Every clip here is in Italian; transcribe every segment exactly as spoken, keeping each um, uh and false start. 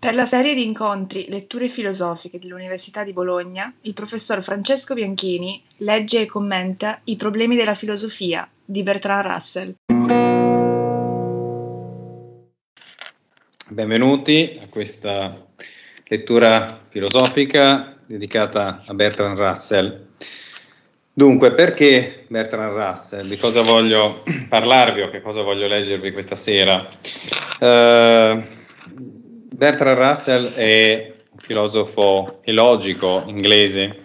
Per la serie di incontri Letture filosofiche dell'Università di Bologna, il professor Francesco Bianchini legge e commenta I problemi della filosofia di Bertrand Russell. Benvenuti a questa lettura filosofica dedicata a Bertrand Russell. Dunque, perché Bertrand Russell? Di cosa voglio parlarvi o che cosa voglio leggervi questa sera? Uh, Bertrand Russell è un filosofo elogico inglese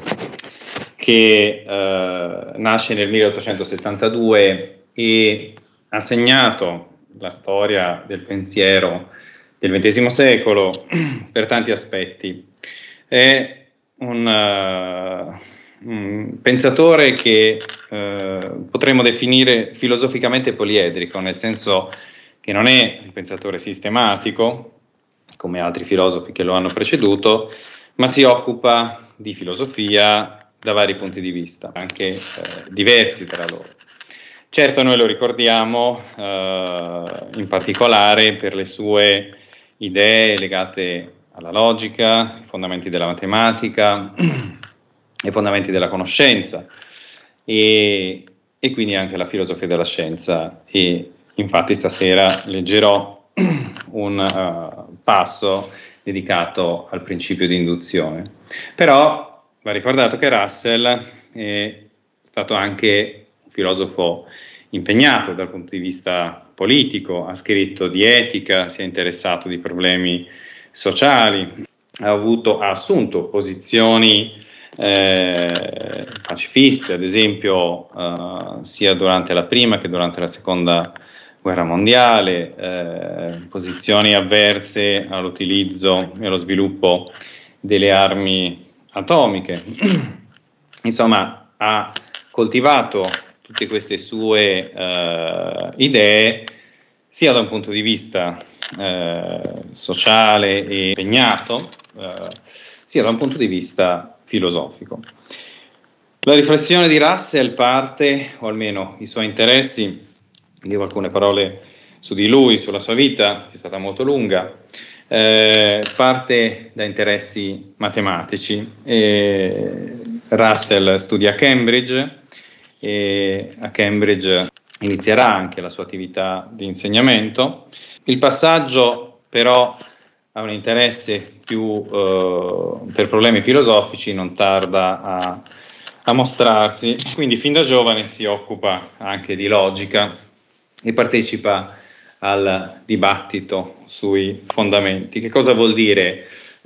che uh, nasce nel milleottocentosettantadue e ha segnato la storia del pensiero del ventesimo secolo per tanti aspetti. È un, uh, un pensatore che uh, potremmo definire filosoficamente poliedrico, nel senso che non è un pensatore sistematico, come altri filosofi che lo hanno preceduto, ma si occupa di filosofia da vari punti di vista, anche eh, diversi tra loro. Certo, noi lo ricordiamo eh, in particolare per le sue idee legate alla logica, i fondamenti della matematica, i fondamenti della conoscenza e, e quindi anche la filosofia della scienza. E infatti stasera leggerò un uh, passo dedicato al principio di induzione. Però va ricordato che Russell è stato anche un filosofo impegnato dal punto di vista politico, ha scritto di etica, si è interessato di problemi sociali, ha avuto, ha assunto posizioni eh, pacifiste, ad esempio uh, sia durante la prima che durante la seconda guerra mondiale, eh, posizioni avverse all'utilizzo e allo sviluppo delle armi atomiche. Insomma, ha coltivato tutte queste sue eh, idee sia da un punto di vista eh, sociale e impegnato, eh, sia da un punto di vista filosofico. La riflessione di Russell parte, o almeno i suoi interessi, dico alcune parole su di lui, sulla sua vita, che è stata molto lunga, eh, parte da interessi matematici. E Russell studia a Cambridge e a Cambridge inizierà anche la sua attività di insegnamento. Il passaggio però ha un interesse più eh, per problemi filosofici, non tarda a, a mostrarsi, quindi fin da giovane si occupa anche di logica e partecipa al dibattito sui fondamenti. Che cosa vuol dire?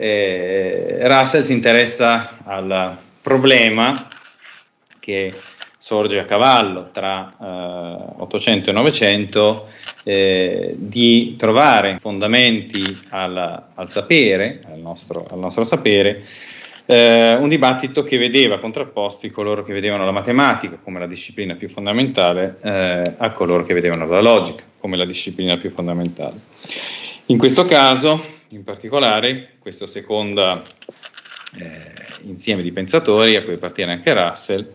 Eh, Russell si interessa al problema che sorge a cavallo tra eh, Ottocento e Novecento eh, di trovare fondamenti al, al sapere, al nostro, al nostro sapere, Eh, un dibattito che vedeva contrapposti coloro che vedevano la matematica come la disciplina più fondamentale eh, a coloro che vedevano la logica come la disciplina più fondamentale. In questo caso, in particolare, questo secondo eh, insieme di pensatori, a cui appartiene anche Russell,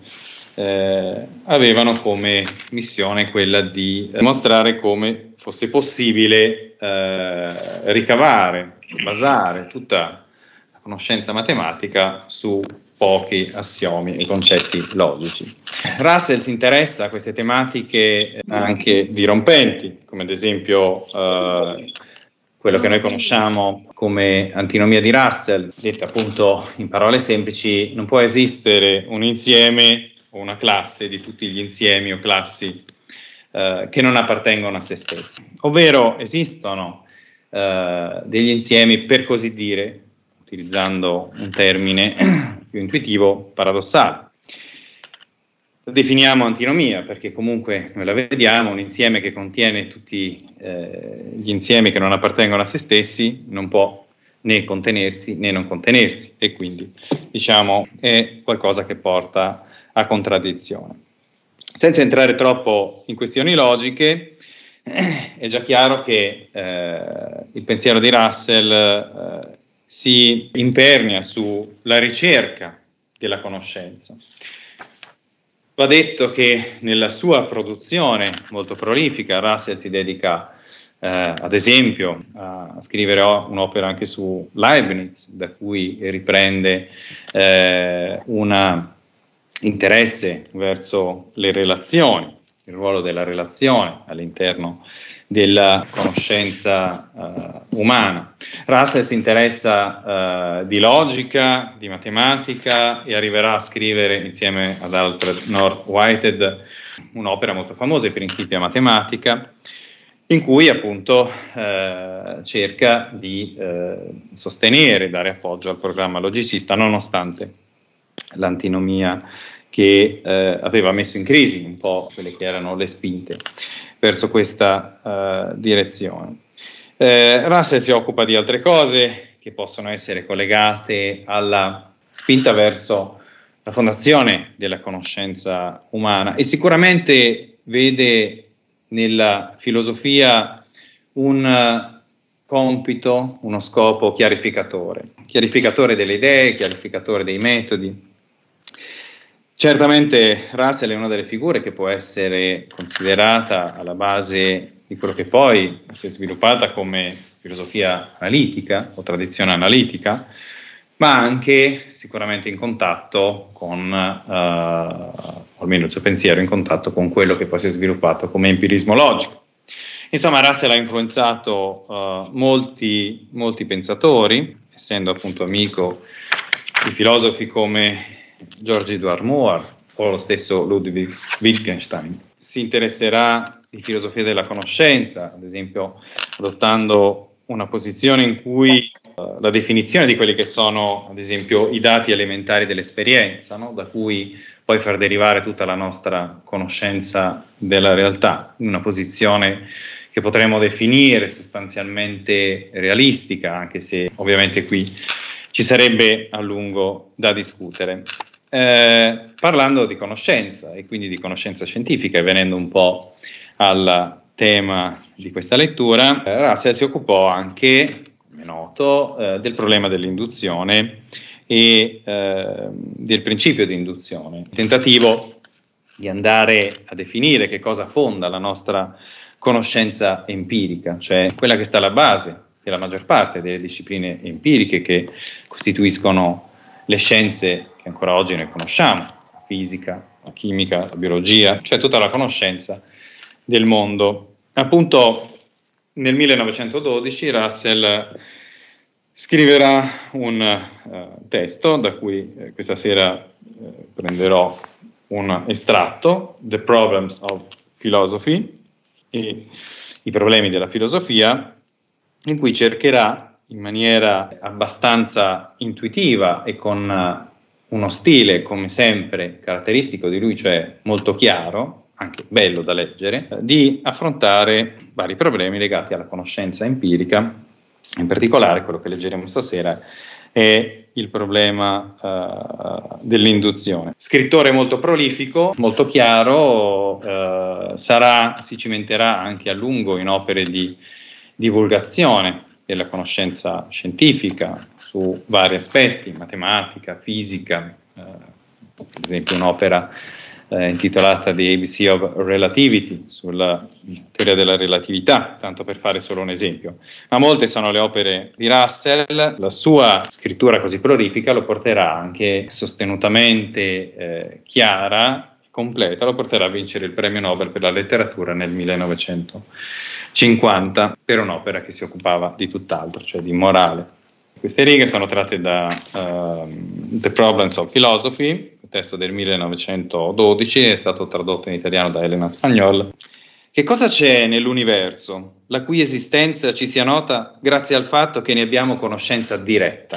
eh, avevano come missione quella di dimostrare come fosse possibile eh, ricavare, basare tutta conoscenza matematica su pochi assiomi e concetti logici. Russell si interessa a queste tematiche anche dirompenti, come ad esempio eh, quello che noi conosciamo come antinomia di Russell, detta appunto in parole semplici: non può esistere un insieme o una classe di tutti gli insiemi o classi eh, che non appartengono a se stessi, ovvero esistono eh, degli insiemi, per così dire, utilizzando un termine più intuitivo, paradossale. Definiamo antinomia perché comunque noi la vediamo, un insieme che contiene tutti eh, gli insiemi che non appartengono a se stessi non può né contenersi né non contenersi, e quindi diciamo è qualcosa che porta a contraddizione. Senza entrare troppo in questioni logiche, eh, è già chiaro che eh, il pensiero di Russell eh, si impernia sulla ricerca della conoscenza. Va detto che nella sua produzione molto prolifica Russell si dedica eh, ad esempio a scrivere un'opera anche su Leibniz, da cui riprende eh, un interesse verso le relazioni, il ruolo della relazione all'interno della conoscenza uh, umana. Russell si interessa uh, di logica, di matematica e arriverà a scrivere insieme ad Alfred North Whitehead un'opera molto famosa, I Principia Mathematica, in cui appunto uh, cerca di uh, sostenere, dare appoggio al programma logicista nonostante l'antinomia che eh, aveva messo in crisi un po' quelle che erano le spinte verso questa uh, direzione. Eh, Russell si occupa di altre cose che possono essere collegate alla spinta verso la fondazione della conoscenza umana e sicuramente vede nella filosofia un uh, compito, uno scopo chiarificatore, chiarificatore delle idee, chiarificatore dei metodi. Certamente Russell è una delle figure che può essere considerata alla base di quello che poi si è sviluppata come filosofia analitica o tradizione analitica, ma anche sicuramente in contatto con, uh, almeno il suo pensiero, in contatto con quello che poi si è sviluppato come empirismo logico. Insomma, Russell ha influenzato uh, molti, molti pensatori, essendo appunto amico di filosofi come George Edward Moore o lo stesso Ludwig Wittgenstein. Si interesserà di filosofia della conoscenza, ad esempio adottando una posizione in cui uh, la definizione di quelli che sono, ad esempio, i dati elementari dell'esperienza, no? Da cui poi far derivare tutta la nostra conoscenza della realtà, in una posizione che potremmo definire sostanzialmente realistica, anche se ovviamente qui ci sarebbe a lungo da discutere. Eh, parlando di conoscenza e quindi di conoscenza scientifica e venendo un po' al tema di questa lettura, eh, Russell si occupò anche, come è noto, eh, del problema dell'induzione e eh, del principio di induzione, il tentativo di andare a definire che cosa fonda la nostra conoscenza empirica, cioè quella che sta alla base della maggior parte delle discipline empiriche che costituiscono le scienze che ancora oggi noi conosciamo, la fisica, la chimica, la biologia, cioè tutta la conoscenza del mondo. Appunto nel millenovecentododici Russell scriverà un uh, testo da cui eh, questa sera eh, prenderò un estratto, The Problems of Philosophy, e i problemi della filosofia, in cui cercherà in maniera abbastanza intuitiva e con uh, uno stile, come sempre, caratteristico di lui, cioè molto chiaro, anche bello da leggere, uh, di affrontare vari problemi legati alla conoscenza empirica. In particolare, quello che leggeremo stasera è il problema uh, dell'induzione. Scrittore molto prolifico, molto chiaro, uh, sarà, si cimenterà anche a lungo in opere di divulgazione della conoscenza scientifica su vari aspetti, matematica, fisica, eh, ad esempio un'opera eh, intitolata The A B C of Relativity, sulla teoria della relatività, tanto per fare solo un esempio. Ma molte sono le opere di Russell, la sua scrittura così prolifica lo porterà anche sostenutamente eh, chiara, completa, lo porterà a vincere il premio Nobel per la letteratura nel millenovecentocinquanta per un'opera che si occupava di tutt'altro, cioè di morale. Queste righe sono tratte da uh, The Problems of Philosophy, il testo del millenovecentododici, è stato tradotto in italiano da Elena Spagnol. Che cosa c'è nell'universo, la cui esistenza ci sia nota grazie al fatto che ne abbiamo conoscenza diretta?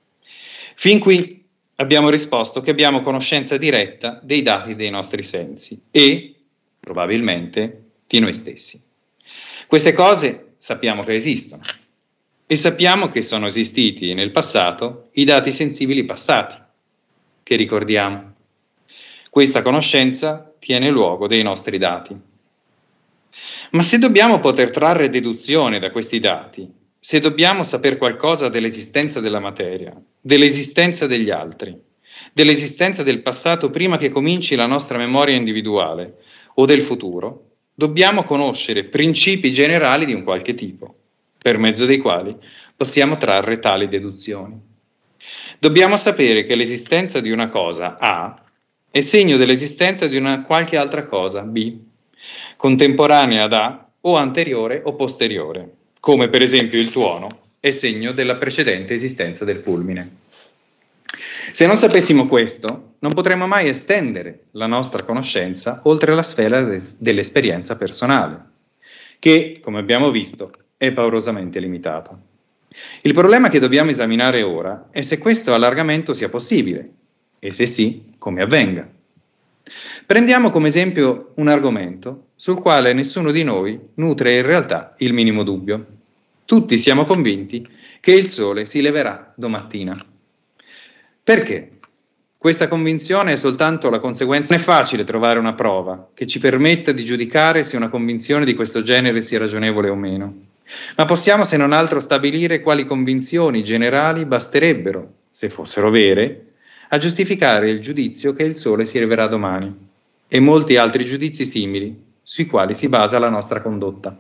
Fin qui abbiamo risposto che abbiamo conoscenza diretta dei dati dei nostri sensi e, probabilmente, di noi stessi. Queste cose sappiamo che esistono e sappiamo che sono esistiti nel passato i dati sensibili passati, che ricordiamo. Questa conoscenza tiene luogo dei nostri dati. Ma se dobbiamo poter trarre deduzione da questi dati, se dobbiamo saper qualcosa dell'esistenza della materia, dell'esistenza degli altri, dell'esistenza del passato prima che cominci la nostra memoria individuale o del futuro, dobbiamo conoscere principi generali di un qualche tipo, per mezzo dei quali possiamo trarre tali deduzioni. Dobbiamo sapere che l'esistenza di una cosa A è segno dell'esistenza di una qualche altra cosa B, contemporanea ad A o anteriore o posteriore, come per esempio il tuono è segno della precedente esistenza del fulmine. Se non sapessimo questo, non potremmo mai estendere la nostra conoscenza oltre la sfera de- dell'esperienza personale, che, come abbiamo visto, è paurosamente limitata. Il problema che dobbiamo esaminare ora è se questo allargamento sia possibile, e se sì, come avvenga. Prendiamo come esempio un argomento sul quale nessuno di noi nutre in realtà il minimo dubbio. Tutti siamo convinti che il sole si leverà domattina. Perché? Questa convinzione è soltanto la conseguenza. Non è facile trovare una prova che ci permetta di giudicare se una convinzione di questo genere sia ragionevole o meno. Ma possiamo, se non altro, stabilire quali convinzioni generali basterebbero, se fossero vere, a giustificare il giudizio che il sole si leverà domani e molti altri giudizi simili sui quali si basa la nostra condotta.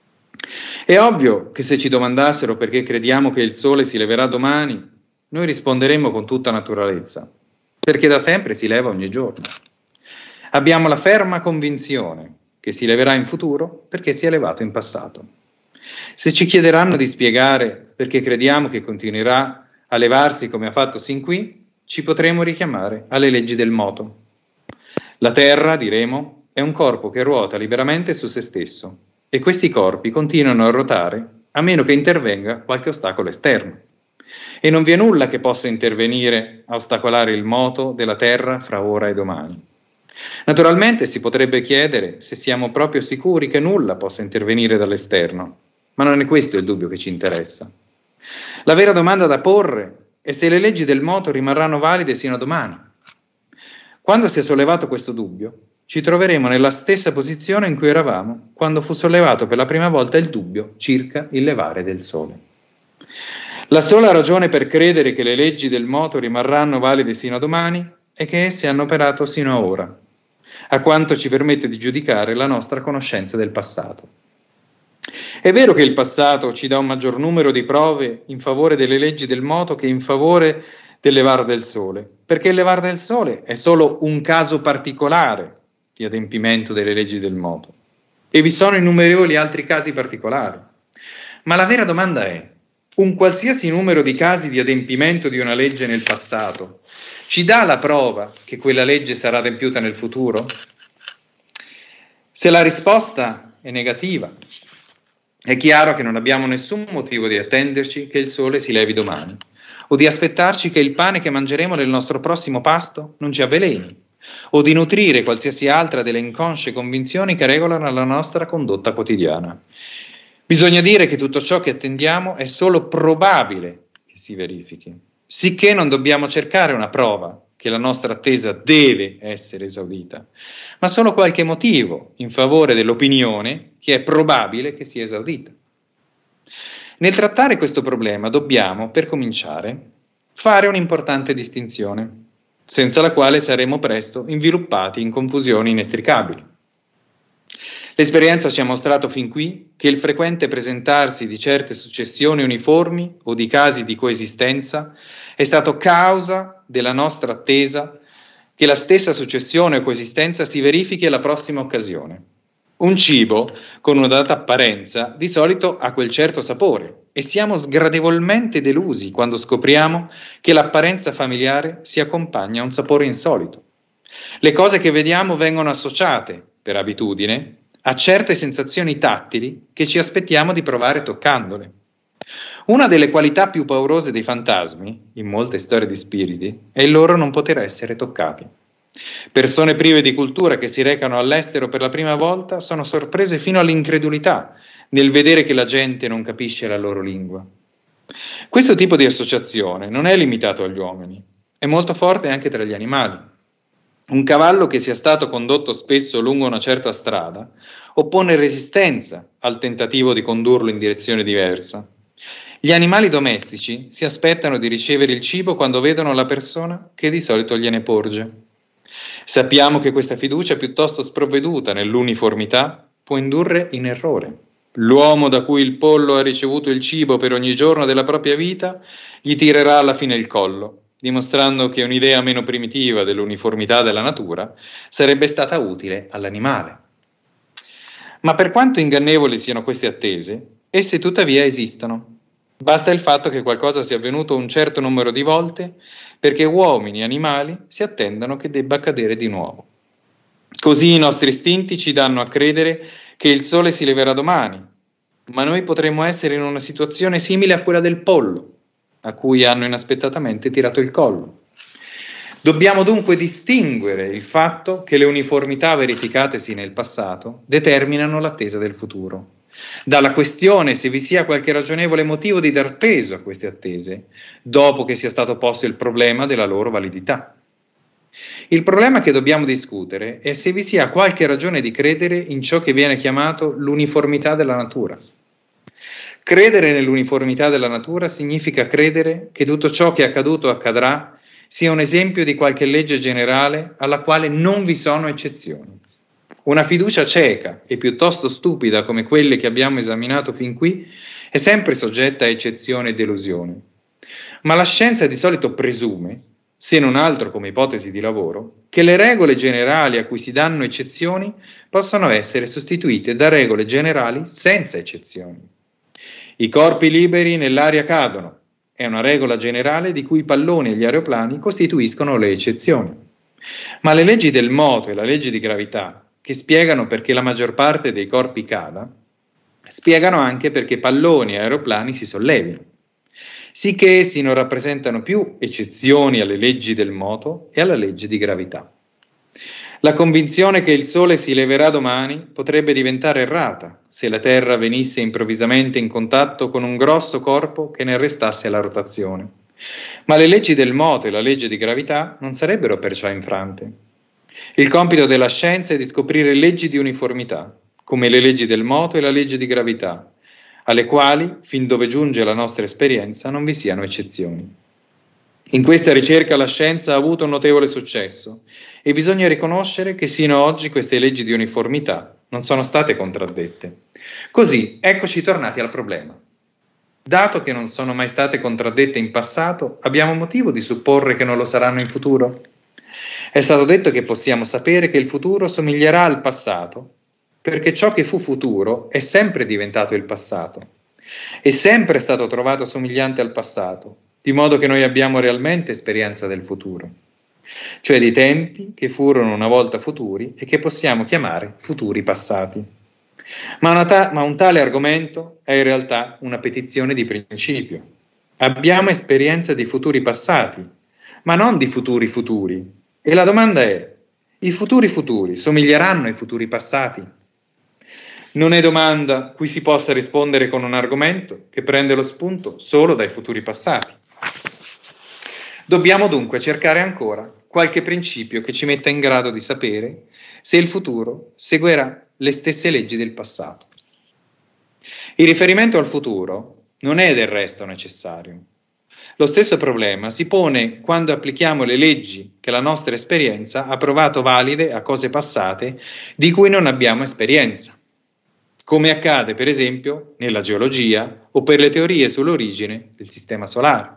È ovvio che se ci domandassero perché crediamo che il sole si leverà domani, noi risponderemmo con tutta naturalezza, perché da sempre si leva ogni giorno. Abbiamo la ferma convinzione che si leverà in futuro perché si è levato in passato. Se ci chiederanno di spiegare perché crediamo che continuerà a levarsi come ha fatto sin qui, ci potremo richiamare alle leggi del moto. La Terra, diremo, è un corpo che ruota liberamente su se stesso e questi corpi continuano a ruotare a meno che intervenga qualche ostacolo esterno. E non vi è nulla che possa intervenire a ostacolare il moto della Terra fra ora e domani. Naturalmente si potrebbe chiedere se siamo proprio sicuri che nulla possa intervenire dall'esterno, ma non è questo il dubbio che ci interessa. La vera domanda da porre è se le leggi del moto rimarranno valide sino a domani. Quando si è sollevato questo dubbio, ci troveremo nella stessa posizione in cui eravamo quando fu sollevato per la prima volta il dubbio circa il levare del Sole. La sola ragione per credere che le leggi del moto rimarranno valide sino a domani è che esse hanno operato sino a ora, a quanto ci permette di giudicare la nostra conoscenza del passato. È vero che il passato ci dà un maggior numero di prove in favore delle leggi del moto che in favore del levar del Sole, perché il levar del Sole è solo un caso particolare di adempimento delle leggi del moto, e vi sono innumerevoli altri casi particolari. Ma la vera domanda è: un qualsiasi numero di casi di adempimento di una legge nel passato ci dà la prova che quella legge sarà adempiuta nel futuro? Se la risposta è negativa, è chiaro che non abbiamo nessun motivo di attenderci che il sole si levi domani, o di aspettarci che il pane che mangeremo nel nostro prossimo pasto non ci avveleni, o di nutrire qualsiasi altra delle inconsce convinzioni che regolano la nostra condotta quotidiana. Bisogna dire che tutto ciò che attendiamo è solo probabile che si verifichi, sicché non dobbiamo cercare una prova che la nostra attesa deve essere esaudita, ma solo qualche motivo in favore dell'opinione che è probabile che sia esaudita. Nel trattare questo problema dobbiamo, per cominciare, fare un'importante distinzione, senza la quale saremo presto inviluppati in confusioni inestricabili. L'esperienza ci ha mostrato fin qui che il frequente presentarsi di certe successioni uniformi o di casi di coesistenza è stato causa della nostra attesa che la stessa successione o coesistenza si verifichi alla prossima occasione. Un cibo con una data apparenza di solito ha quel certo sapore e siamo sgradevolmente delusi quando scopriamo che l'apparenza familiare si accompagna a un sapore insolito. Le cose che vediamo vengono associate, per abitudine, a certe sensazioni tattili che ci aspettiamo di provare toccandole. Una delle qualità più paurose dei fantasmi, in molte storie di spiriti, è il loro non poter essere toccati. Persone prive di cultura che si recano all'estero per la prima volta sono sorprese fino all'incredulità nel vedere che la gente non capisce la loro lingua. Questo tipo di associazione non è limitato agli uomini, è molto forte anche tra gli animali. Un cavallo che sia stato condotto spesso lungo una certa strada oppone resistenza al tentativo di condurlo in direzione diversa. Gli animali domestici si aspettano di ricevere il cibo quando vedono la persona che di solito gliene porge. Sappiamo che questa fiducia piuttosto sprovveduta nell'uniformità può indurre in errore. L'uomo da cui il pollo ha ricevuto il cibo per ogni giorno della propria vita gli tirerà alla fine il collo, dimostrando che un'idea meno primitiva dell'uniformità della natura sarebbe stata utile all'animale. Ma per quanto ingannevoli siano queste attese, esse tuttavia esistono. Basta il fatto che qualcosa sia avvenuto un certo numero di volte perché uomini e animali si attendano che debba accadere di nuovo. Così i nostri istinti ci danno a credere che il sole si leverà domani, ma noi potremmo essere in una situazione simile a quella del pollo, a cui hanno inaspettatamente tirato il collo. Dobbiamo dunque distinguere il fatto che le uniformità verificatesi nel passato determinano l'attesa del futuro, dalla questione se vi sia qualche ragionevole motivo di dar peso a queste attese, dopo che sia stato posto il problema della loro validità. Il problema che dobbiamo discutere è se vi sia qualche ragione di credere in ciò che viene chiamato l'uniformità della natura. Credere nell'uniformità della natura significa credere che tutto ciò che è accaduto o accadrà sia un esempio di qualche legge generale alla quale non vi sono eccezioni. Una fiducia cieca e piuttosto stupida come quelle che abbiamo esaminato fin qui è sempre soggetta a eccezioni e delusioni. Ma la scienza di solito presume, se non altro come ipotesi di lavoro, che le regole generali a cui si danno eccezioni possano essere sostituite da regole generali senza eccezioni. I corpi liberi nell'aria cadono, è una regola generale di cui i palloni e gli aeroplani costituiscono le eccezioni. Ma le leggi del moto e la legge di gravità, che spiegano perché la maggior parte dei corpi cada, spiegano anche perché palloni e aeroplani si sollevino, sicché essi non rappresentano più eccezioni alle leggi del moto e alla legge di gravità. La convinzione che il sole si leverà domani potrebbe diventare errata se la Terra venisse improvvisamente in contatto con un grosso corpo che ne arrestasse la rotazione. Ma le leggi del moto e la legge di gravità non sarebbero perciò infrante. Il compito della scienza è di scoprire leggi di uniformità, come le leggi del moto e la legge di gravità, alle quali, fin dove giunge la nostra esperienza, non vi siano eccezioni. In questa ricerca la scienza ha avuto un notevole successo e bisogna riconoscere che sino ad oggi queste leggi di uniformità non sono state contraddette. Così, eccoci tornati al problema. Dato che non sono mai state contraddette in passato, abbiamo motivo di supporre che non lo saranno in futuro? È stato detto che possiamo sapere che il futuro somiglierà al passato, perché ciò che fu futuro è sempre diventato il passato, è sempre stato trovato somigliante al passato, di modo che noi abbiamo realmente esperienza del futuro, cioè di tempi che furono una volta futuri e che possiamo chiamare futuri passati. Ma, una ta- ma un tale argomento è in realtà una petizione di principio. Abbiamo esperienza di futuri passati, ma non di futuri futuri. E la domanda è: i futuri futuri somiglieranno ai futuri passati? Non è domanda cui si possa rispondere con un argomento che prende lo spunto solo dai futuri passati. Dobbiamo dunque cercare ancora qualche principio che ci metta in grado di sapere se il futuro seguirà le stesse leggi del passato. Il riferimento al futuro non è del resto necessario. Lo stesso problema si pone quando applichiamo le leggi che la nostra esperienza ha provato valide a cose passate di cui non abbiamo esperienza, come accade per esempio nella geologia o per le teorie sull'origine del sistema solare.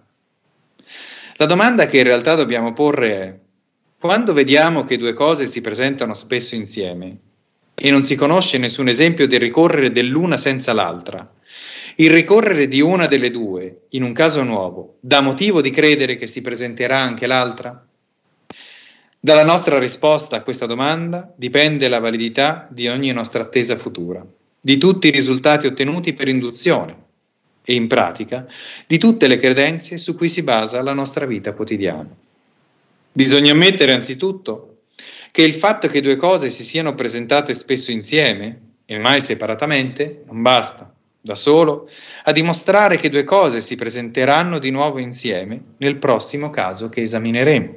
La domanda che in realtà dobbiamo porre è: quando vediamo che due cose si presentano spesso insieme e non si conosce nessun esempio del ricorrere dell'una senza l'altra, il ricorrere di una delle due in un caso nuovo dà motivo di credere che si presenterà anche l'altra? Dalla nostra risposta a questa domanda dipende la validità di ogni nostra attesa futura, di tutti i risultati ottenuti per induzione e, in pratica, di tutte le credenze su cui si basa la nostra vita quotidiana. Bisogna ammettere anzitutto che il fatto che due cose si siano presentate spesso insieme e mai separatamente non basta, da solo, a dimostrare che due cose si presenteranno di nuovo insieme nel prossimo caso che esamineremo.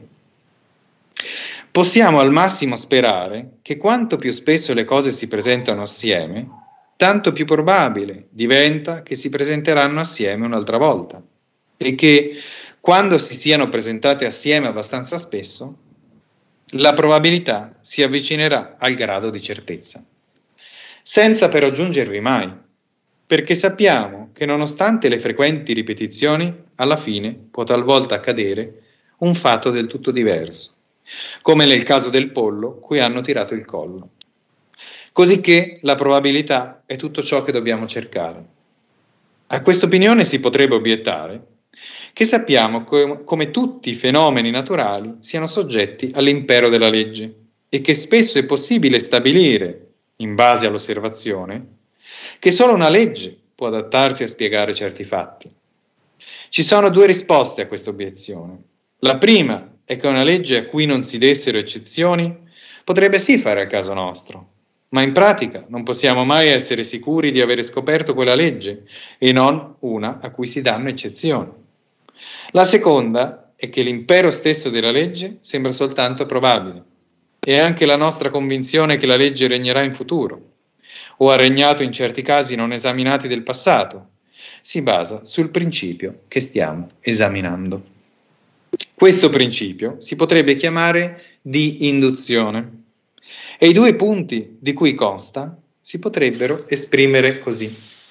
Possiamo al massimo sperare che quanto più spesso le cose si presentano assieme, tanto più probabile diventa che si presenteranno assieme un'altra volta e che, quando si siano presentate assieme abbastanza spesso, la probabilità si avvicinerà al grado di certezza. senza però giungervi mai, perché sappiamo che nonostante le frequenti ripetizioni, alla fine può talvolta accadere un fatto del tutto diverso, come nel caso del pollo cui hanno tirato il collo. Cosicché la probabilità è tutto ciò che dobbiamo cercare. A questa opinione si potrebbe obiettare che sappiamo co- come tutti i fenomeni naturali siano soggetti all'impero della legge e che spesso è possibile stabilire, in base all'osservazione, che solo una legge può adattarsi a spiegare certi fatti. Ci sono due risposte a questa obiezione. La prima è che una legge a cui non si dessero eccezioni potrebbe sì fare al caso nostro, ma in pratica non possiamo mai essere sicuri di avere scoperto quella legge e non una a cui si danno eccezioni. La seconda è che l'impero stesso della legge sembra soltanto probabile. È anche la nostra convinzione che la legge regnerà in futuro, o ha regnato in certi casi non esaminati del passato, si basa sul principio che stiamo esaminando. Questo principio si potrebbe chiamare di induzione. E i due punti di cui consta si potrebbero esprimere così.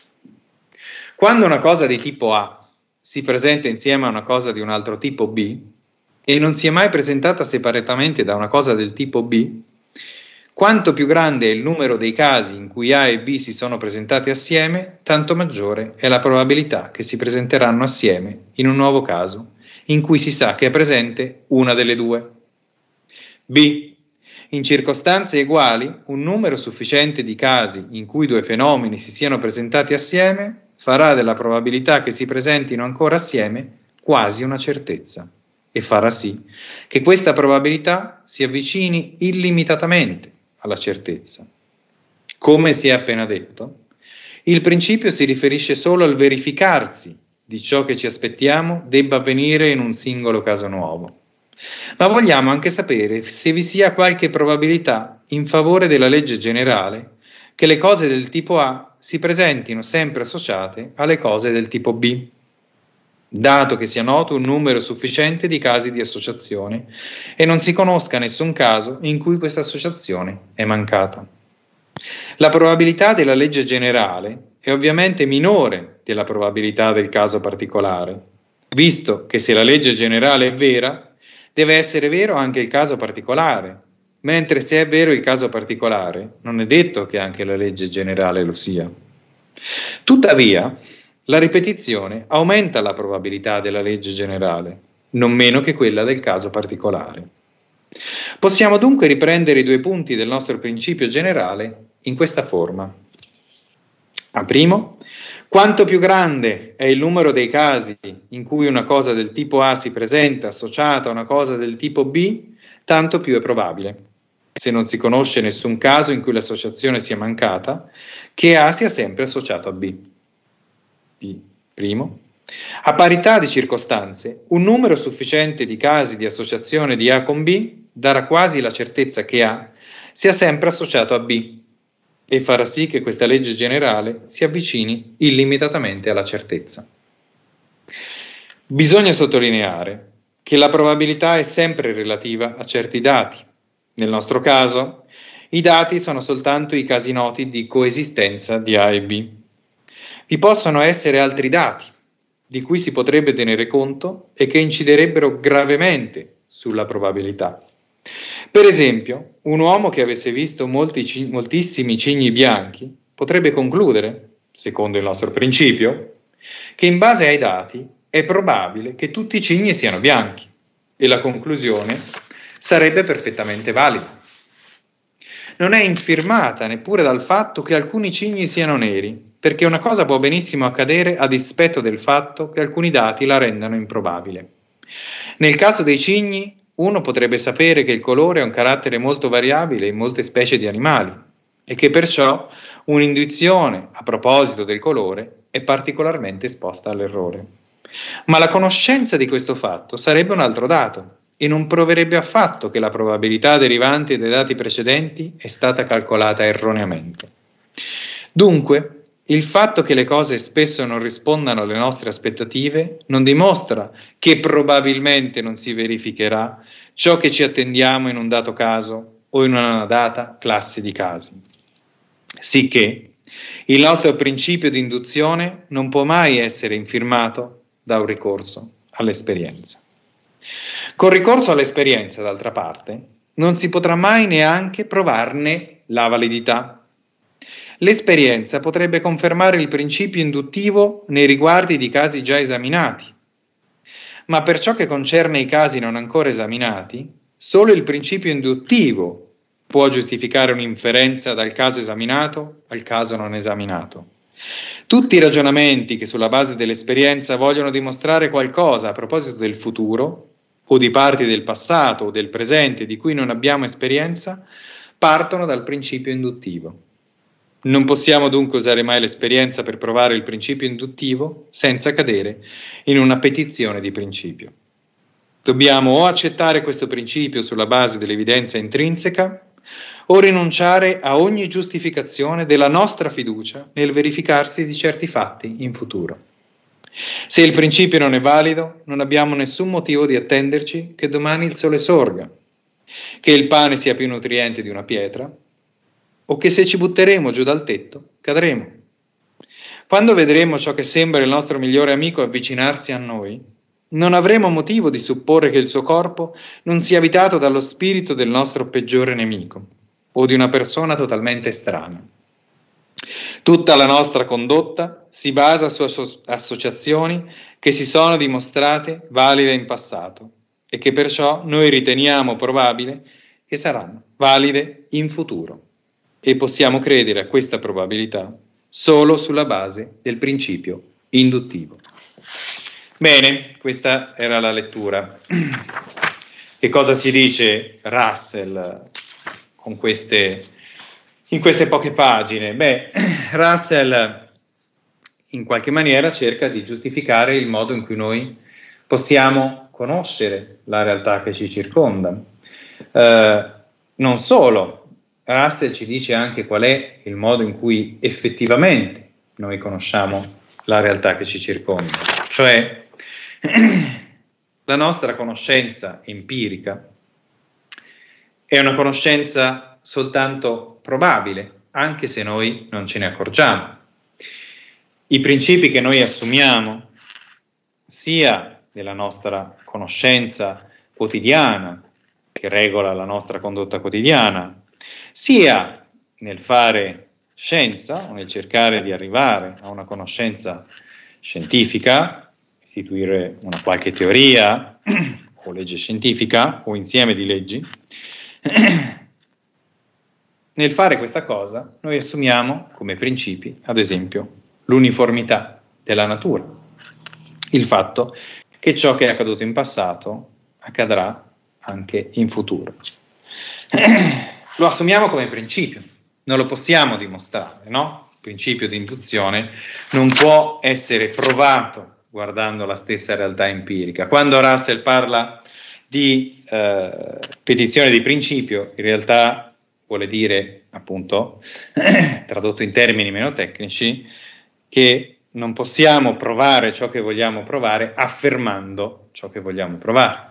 Quando una cosa di tipo A si presenta insieme a una cosa di un altro tipo B e non si è mai presentata separatamente da una cosa del tipo B, quanto più grande è il numero dei casi in cui A e B si sono presentati assieme, tanto maggiore è la probabilità che si presenteranno assieme in un nuovo caso in cui si sa che è presente una delle due. B. In circostanze uguali, un numero sufficiente di casi in cui due fenomeni si siano presentati assieme farà della probabilità che si presentino ancora assieme quasi una certezza e farà sì che questa probabilità si avvicini illimitatamente alla certezza. Come si è appena detto, il principio si riferisce solo al verificarsi di ciò che ci aspettiamo debba avvenire in un singolo caso nuovo. Ma vogliamo anche sapere se vi sia qualche probabilità in favore della legge generale che le cose del tipo A si presentino sempre associate alle cose del tipo B, dato che sia noto un numero sufficiente di casi di associazione e non si conosca nessun caso in cui questa associazione è mancata. La probabilità della legge generale è ovviamente minore della probabilità del caso particolare, visto che se la legge generale è vera, deve essere vero anche il caso particolare, mentre se è vero il caso particolare, non è detto che anche la legge generale lo sia. Tuttavia, la ripetizione aumenta la probabilità della legge generale, non meno che quella del caso particolare. Possiamo dunque riprendere i due punti del nostro principio generale in questa forma. A primo, quanto più grande è il numero dei casi in cui una cosa del tipo A si presenta associata a una cosa del tipo B, tanto più è probabile, se non si conosce nessun caso in cui l'associazione sia mancata, che A sia sempre associato a B. B. Primo. A parità di circostanze, un numero sufficiente di casi di associazione di A con B darà quasi la certezza che A sia sempre associato a B e farà sì che questa legge generale si avvicini illimitatamente alla certezza. Bisogna sottolineare che la probabilità è sempre relativa a certi dati. Nel nostro caso, i dati sono soltanto i casi noti di coesistenza di A e B. Vi possono essere altri dati di cui si potrebbe tenere conto e che inciderebbero gravemente sulla probabilità. Per esempio, un uomo che avesse visto molti, moltissimi cigni bianchi potrebbe concludere, secondo il nostro principio, che in base ai dati è probabile che tutti i cigni siano bianchi e la conclusione sarebbe perfettamente valida. Non è infirmata neppure dal fatto che alcuni cigni siano neri, perché una cosa può benissimo accadere a dispetto del fatto che alcuni dati la rendano improbabile. Nel caso dei cigni, uno potrebbe sapere che il colore ha un carattere molto variabile in molte specie di animali e che perciò un'intuizione a proposito del colore è particolarmente esposta all'errore. Ma la conoscenza di questo fatto sarebbe un altro dato e non proverebbe affatto che la probabilità derivante dai dati precedenti è stata calcolata erroneamente. Dunque, il fatto che le cose spesso non rispondano alle nostre aspettative non dimostra che probabilmente non si verificherà ciò che ci attendiamo in un dato caso o in una data classe di casi. Sicché il nostro principio di induzione non può mai essere infirmato da un ricorso all'esperienza. Col ricorso all'esperienza, d'altra parte, non si potrà mai neanche provarne la validità. L'esperienza potrebbe confermare il principio induttivo nei riguardi di casi già esaminati, ma per ciò che concerne i casi non ancora esaminati, solo il principio induttivo può giustificare un'inferenza dal caso esaminato al caso non esaminato. Tutti i ragionamenti che sulla base dell'esperienza vogliono dimostrare qualcosa a proposito del futuro, o di parti del passato o del presente di cui non abbiamo esperienza, partono dal principio induttivo. Non possiamo dunque usare mai l'esperienza per provare il principio induttivo senza cadere in una petizione di principio. Dobbiamo o accettare questo principio sulla base dell'evidenza intrinseca o rinunciare a ogni giustificazione della nostra fiducia nel verificarsi di certi fatti in futuro. Se il principio non è valido, non abbiamo nessun motivo di attenderci che domani il sole sorga, che il pane sia più nutriente di una pietra, o che se ci butteremo giù dal tetto, cadremo. Quando vedremo ciò che sembra il nostro migliore amico avvicinarsi a noi, non avremo motivo di supporre che il suo corpo non sia abitato dallo spirito del nostro peggiore nemico, o di una persona totalmente estranea. Tutta la nostra condotta si basa su asso- associazioni che si sono dimostrate valide in passato e che perciò noi riteniamo probabile che saranno valide in futuro. E possiamo credere a questa probabilità solo sulla base del principio induttivo. Bene, questa era la lettura. Che cosa ci dice Russell con queste, in queste poche pagine? Beh, Russell in qualche maniera cerca di giustificare il modo in cui noi possiamo conoscere la realtà che ci circonda. Eh, non solo, Russell ci dice anche qual è il modo in cui effettivamente noi conosciamo la realtà che ci circonda, cioè la nostra conoscenza empirica è una conoscenza soltanto probabile, anche se noi non ce ne accorgiamo. I principi che noi assumiamo, sia della nostra conoscenza quotidiana, che regola la nostra condotta quotidiana, sia nel fare scienza o nel cercare di arrivare a una conoscenza scientifica, istituire una qualche teoria o legge scientifica o insieme di leggi, nel fare questa cosa noi assumiamo come principi, ad esempio, l'uniformità della natura, il fatto che ciò che è accaduto in passato accadrà anche in futuro. Lo assumiamo come principio, non lo possiamo dimostrare, no? Il principio di induzione non può essere provato guardando la stessa realtà empirica. Quando Russell parla di eh, petizione di principio, in realtà vuole dire, appunto, tradotto in termini meno tecnici, che non possiamo provare ciò che vogliamo provare affermando ciò che vogliamo provare.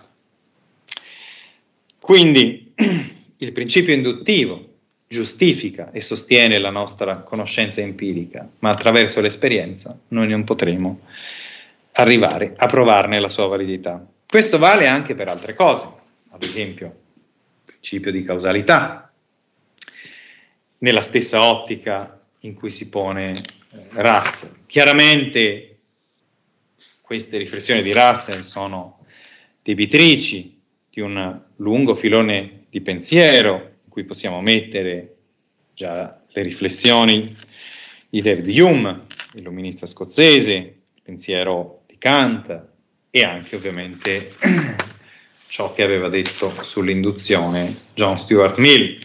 Quindi il principio induttivo giustifica e sostiene la nostra conoscenza empirica, ma attraverso l'esperienza noi non potremo arrivare a provarne la sua validità. Questo vale anche per altre cose, ad esempio il principio di causalità, nella stessa ottica in cui si pone eh, Russell. Chiaramente queste riflessioni di Russell sono debitrici di un lungo filone di pensiero in cui possiamo mettere già le riflessioni di David Hume, illuminista scozzese, il pensiero di Kant e anche ovviamente ciò che aveva detto sull'induzione John Stuart Mill.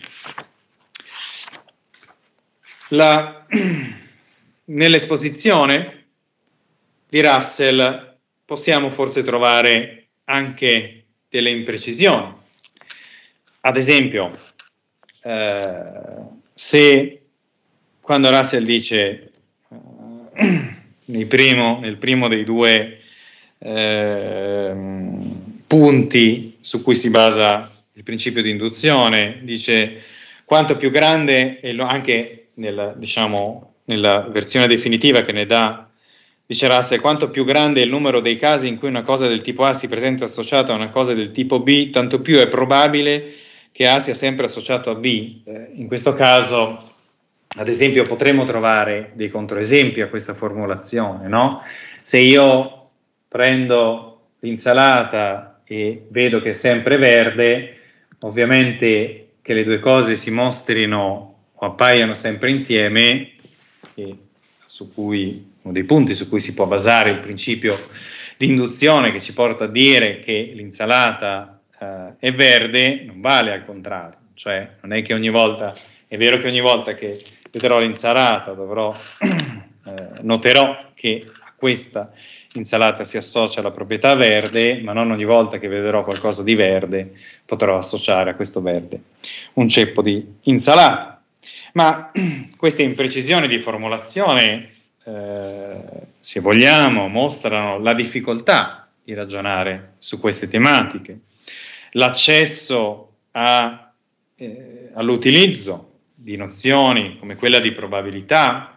La, nell'esposizione di Russell possiamo forse trovare anche delle imprecisioni. Ad esempio, eh, se quando Russell dice eh, nel, primo, nel primo dei due eh, punti su cui si basa il principio di induzione, dice quanto più grande, e lo, anche nella, diciamo, nella versione definitiva che ne dà, dice Russell, quanto più grande è il numero dei casi in cui una cosa del tipo A si presenta associata a una cosa del tipo B, tanto più è probabile che A sia sempre associato a B. Eh, in questo caso, ad esempio, potremmo trovare dei controesempi a questa formulazione, no? Se io prendo l'insalata e vedo che è sempre verde, ovviamente che le due cose si mostrino o appaiano sempre insieme, e su cui uno dei punti su cui si può basare il principio di induzione che ci porta a dire che l'insalata eh, è verde, non vale al contrario, cioè non è che ogni volta, è vero che ogni volta che vedrò l'insalata dovrò, eh, noterò che a questa insalata si associa la proprietà verde, ma non ogni volta che vedrò qualcosa di verde potrò associare a questo verde un ceppo di insalata. Ma queste imprecisioni di formulazione, eh, se vogliamo, mostrano la difficoltà di ragionare su queste tematiche, l'accesso a, eh, all'utilizzo di nozioni come quella di probabilità,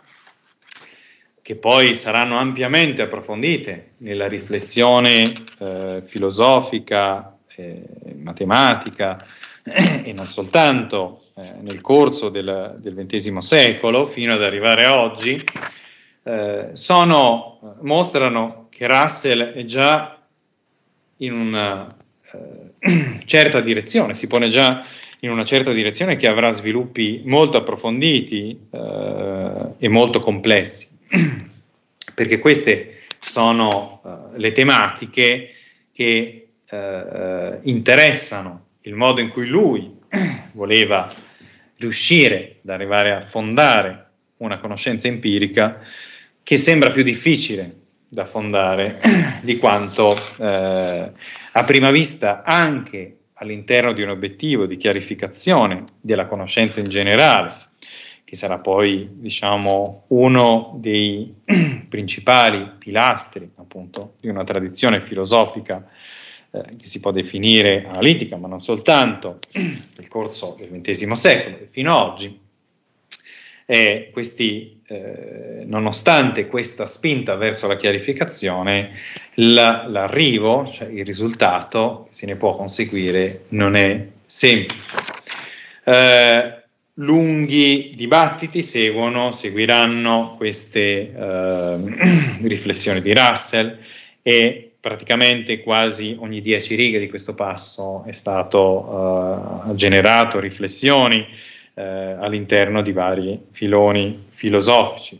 che poi saranno ampiamente approfondite nella riflessione eh, filosofica, eh, matematica eh, e non soltanto eh, nel corso del, del ventesimo secolo fino ad arrivare a oggi, eh, sono, mostrano che Russell è già in una eh, certa direzione, si pone già in una certa direzione che avrà sviluppi molto approfonditi eh, e molto complessi, perché queste sono uh, le tematiche che uh, interessano il modo in cui lui voleva riuscire ad arrivare a fondare una conoscenza empirica che sembra più difficile da fondare di quanto uh, a prima vista, anche all'interno di un obiettivo di chiarificazione della conoscenza in generale, che sarà poi, diciamo, uno dei principali pilastri, appunto, di una tradizione filosofica eh, che si può definire analitica, ma non soltanto, nel corso del ventesimo secolo e fino ad oggi. E questi, eh, nonostante questa spinta verso la chiarificazione, la, l'arrivo, cioè il risultato che se ne può conseguire, non è semplice. Eh, Lunghi dibattiti seguono, seguiranno queste eh, riflessioni di Russell, e praticamente quasi ogni dieci righe di questo passo è stato eh, generato riflessioni eh, all'interno di vari filoni filosofici.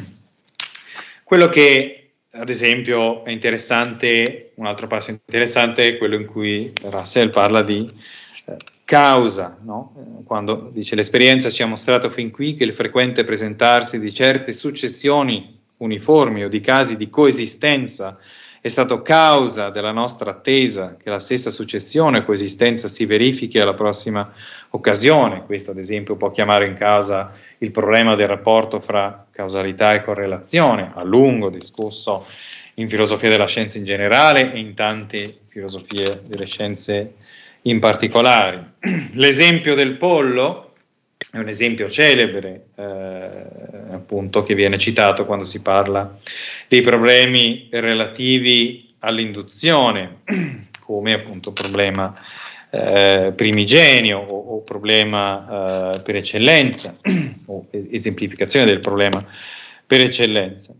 Quello che, ad esempio, è interessante, un altro passo interessante è quello in cui Russell parla di eh, causa, no? Quando dice l'esperienza ci ha mostrato fin qui che il frequente presentarsi di certe successioni uniformi o di casi di coesistenza è stato causa della nostra attesa che la stessa successione o coesistenza si verifichi alla prossima occasione. Questo, ad esempio, può chiamare in causa il problema del rapporto fra causalità e correlazione, a lungo discusso in filosofia della scienza in generale e in tante filosofie delle scienze in particolare. L'esempio del pollo è un esempio celebre, eh, appunto, che viene citato quando si parla dei problemi relativi all'induzione, come appunto problema eh, primigenio o, o problema eh, per eccellenza, o esemplificazione del problema per eccellenza.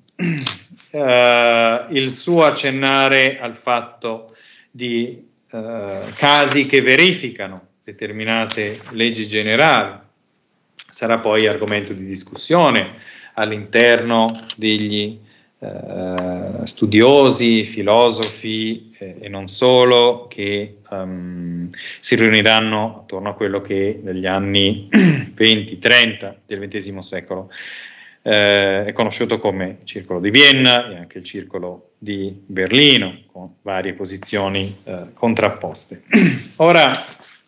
Eh, il suo accennare al fatto di Uh, casi che verificano determinate leggi generali sarà poi argomento di discussione all'interno degli uh, studiosi, filosofi eh, e non solo, che um, si riuniranno attorno a quello che negli anni venti trenta del ventesimo secolo eh, è conosciuto come Circolo di Vienna e anche il Circolo di Berlino, con varie posizioni eh, contrapposte. Ora,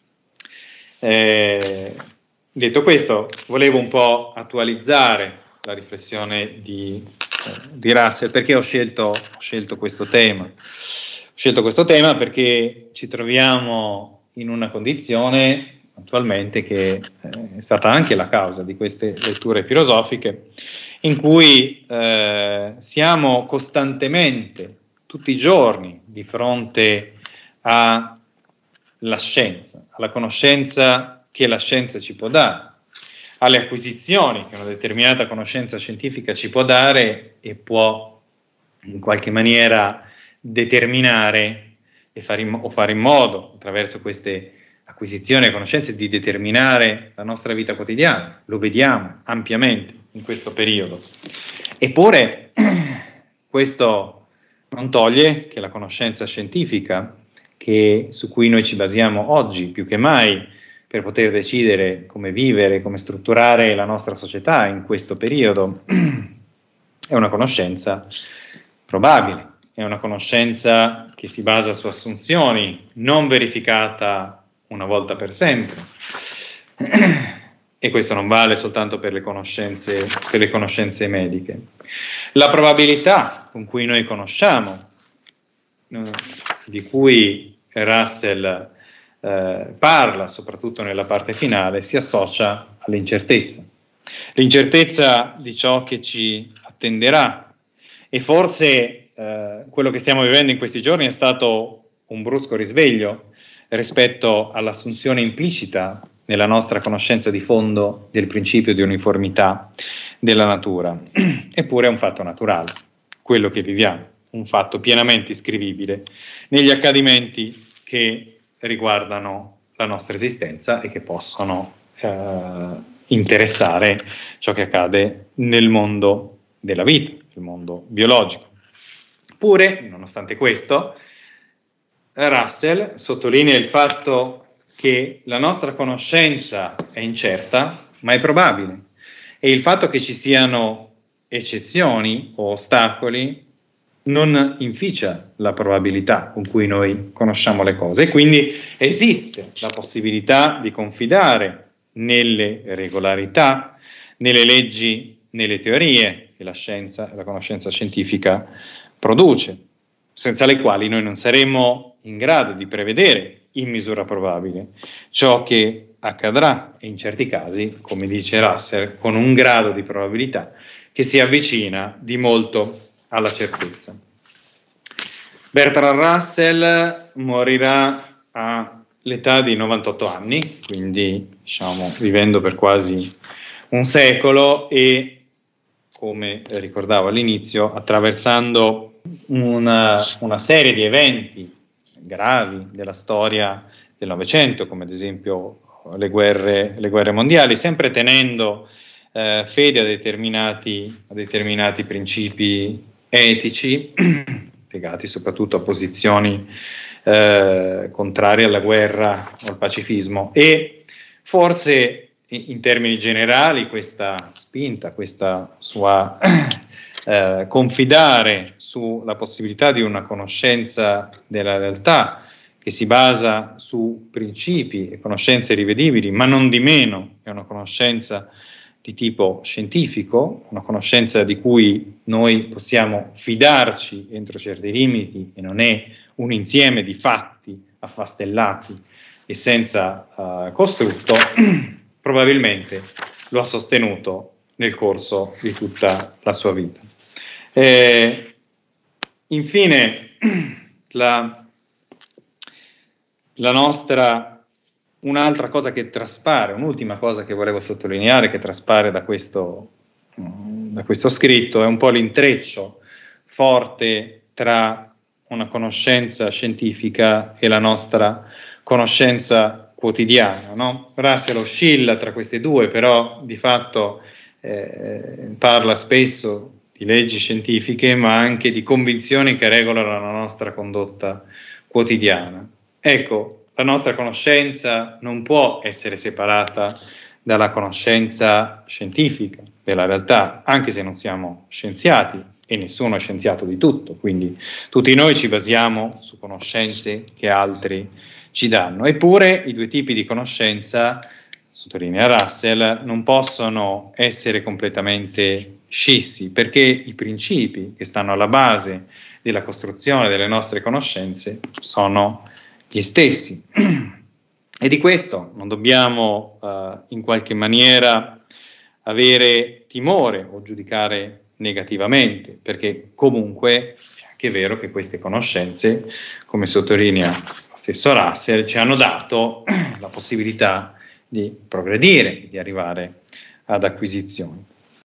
eh, detto questo, volevo un po' attualizzare la riflessione di, eh, di Russell, perché ho scelto, ho scelto questo tema. Ho scelto questo tema perché ci troviamo in una condizione attualmente, che è stata anche la causa di queste letture filosofiche, in cui eh, siamo costantemente, tutti i giorni, di fronte alla scienza, alla conoscenza che la scienza ci può dare, alle acquisizioni che una determinata conoscenza scientifica ci può dare e può in qualche maniera determinare e fare in, o fare in modo, attraverso queste acquisizioni e conoscenze, di determinare la nostra vita quotidiana. Lo vediamo ampiamente in questo periodo. Eppure questo non toglie che la conoscenza scientifica, che, su cui noi ci basiamo oggi più che mai per poter decidere come vivere, come strutturare la nostra società in questo periodo, è una conoscenza probabile, è una conoscenza che si basa su assunzioni, non verificata una volta per sempre. E questo non vale soltanto per le conoscenze, per le conoscenze mediche. La probabilità con cui noi conosciamo, eh, di cui Russell eh, parla, soprattutto nella parte finale, si associa all'incertezza. L'incertezza di ciò che ci attenderà. E forse eh, quello che stiamo vivendo in questi giorni è stato un brusco risveglio rispetto all'assunzione implicita nella nostra conoscenza di fondo del principio di uniformità della natura. Eppure è un fatto naturale, quello che viviamo, un fatto pienamente iscrivibile negli accadimenti che riguardano la nostra esistenza e che possono eh, interessare ciò che accade nel mondo della vita, il mondo biologico. Eppure, nonostante questo, Russell sottolinea il fatto che la nostra conoscenza è incerta, ma è probabile, e il fatto che ci siano eccezioni o ostacoli non inficia la probabilità con cui noi conosciamo le cose, e quindi esiste la possibilità di confidare nelle regolarità, nelle leggi, nelle teorie che la scienza e la conoscenza scientifica produce, senza le quali noi non saremo in grado di prevedere in misura probabile ciò che accadrà, e in certi casi, come dice Russell, con un grado di probabilità che si avvicina di molto alla certezza. Bertrand Russell morirà all'età di novantotto anni, quindi diciamo vivendo per quasi un secolo e, come ricordavo all'inizio, attraversando una, una serie di eventi gravi della storia del Novecento, come ad esempio le guerre, le guerre mondiali, sempre tenendo eh, fede a determinati, a determinati principi etici, legati soprattutto a posizioni eh, contrarie alla guerra o al pacifismo, e forse in termini generali questa spinta, questa sua eh, confidare sulla possibilità di una conoscenza della realtà che si basa su principi e conoscenze rivedibili, ma non di meno è una conoscenza di tipo scientifico, una conoscenza di cui noi possiamo fidarci entro certi limiti e non è un insieme di fatti affastellati e senza uh, costrutto, probabilmente lo ha sostenuto nel corso di tutta la sua vita. Eh, infine, la, la nostra, un'altra cosa che traspare, un'ultima cosa che volevo sottolineare, che traspare da questo, da questo scritto, è un po' l'intreccio forte tra una conoscenza scientifica e la nostra conoscenza quotidiana, no? Russell oscilla tra queste due, però di fatto eh, parla spesso di leggi scientifiche, ma anche di convinzioni che regolano la nostra condotta quotidiana. Ecco, la nostra conoscenza non può essere separata dalla conoscenza scientifica della realtà, anche se non siamo scienziati, e nessuno è scienziato di tutto, quindi tutti noi ci basiamo su conoscenze che altri ci danno. Eppure i due tipi di conoscenza, sottolinea Russell, non possono essere completamente scissi, perché i principi che stanno alla base della costruzione delle nostre conoscenze sono gli stessi. E di questo non dobbiamo uh, in qualche maniera avere timore o giudicare negativamente, perché comunque è anche vero che queste conoscenze, come sottolinea lo stesso Russell, ci hanno dato la possibilità di progredire, di arrivare ad acquisizioni.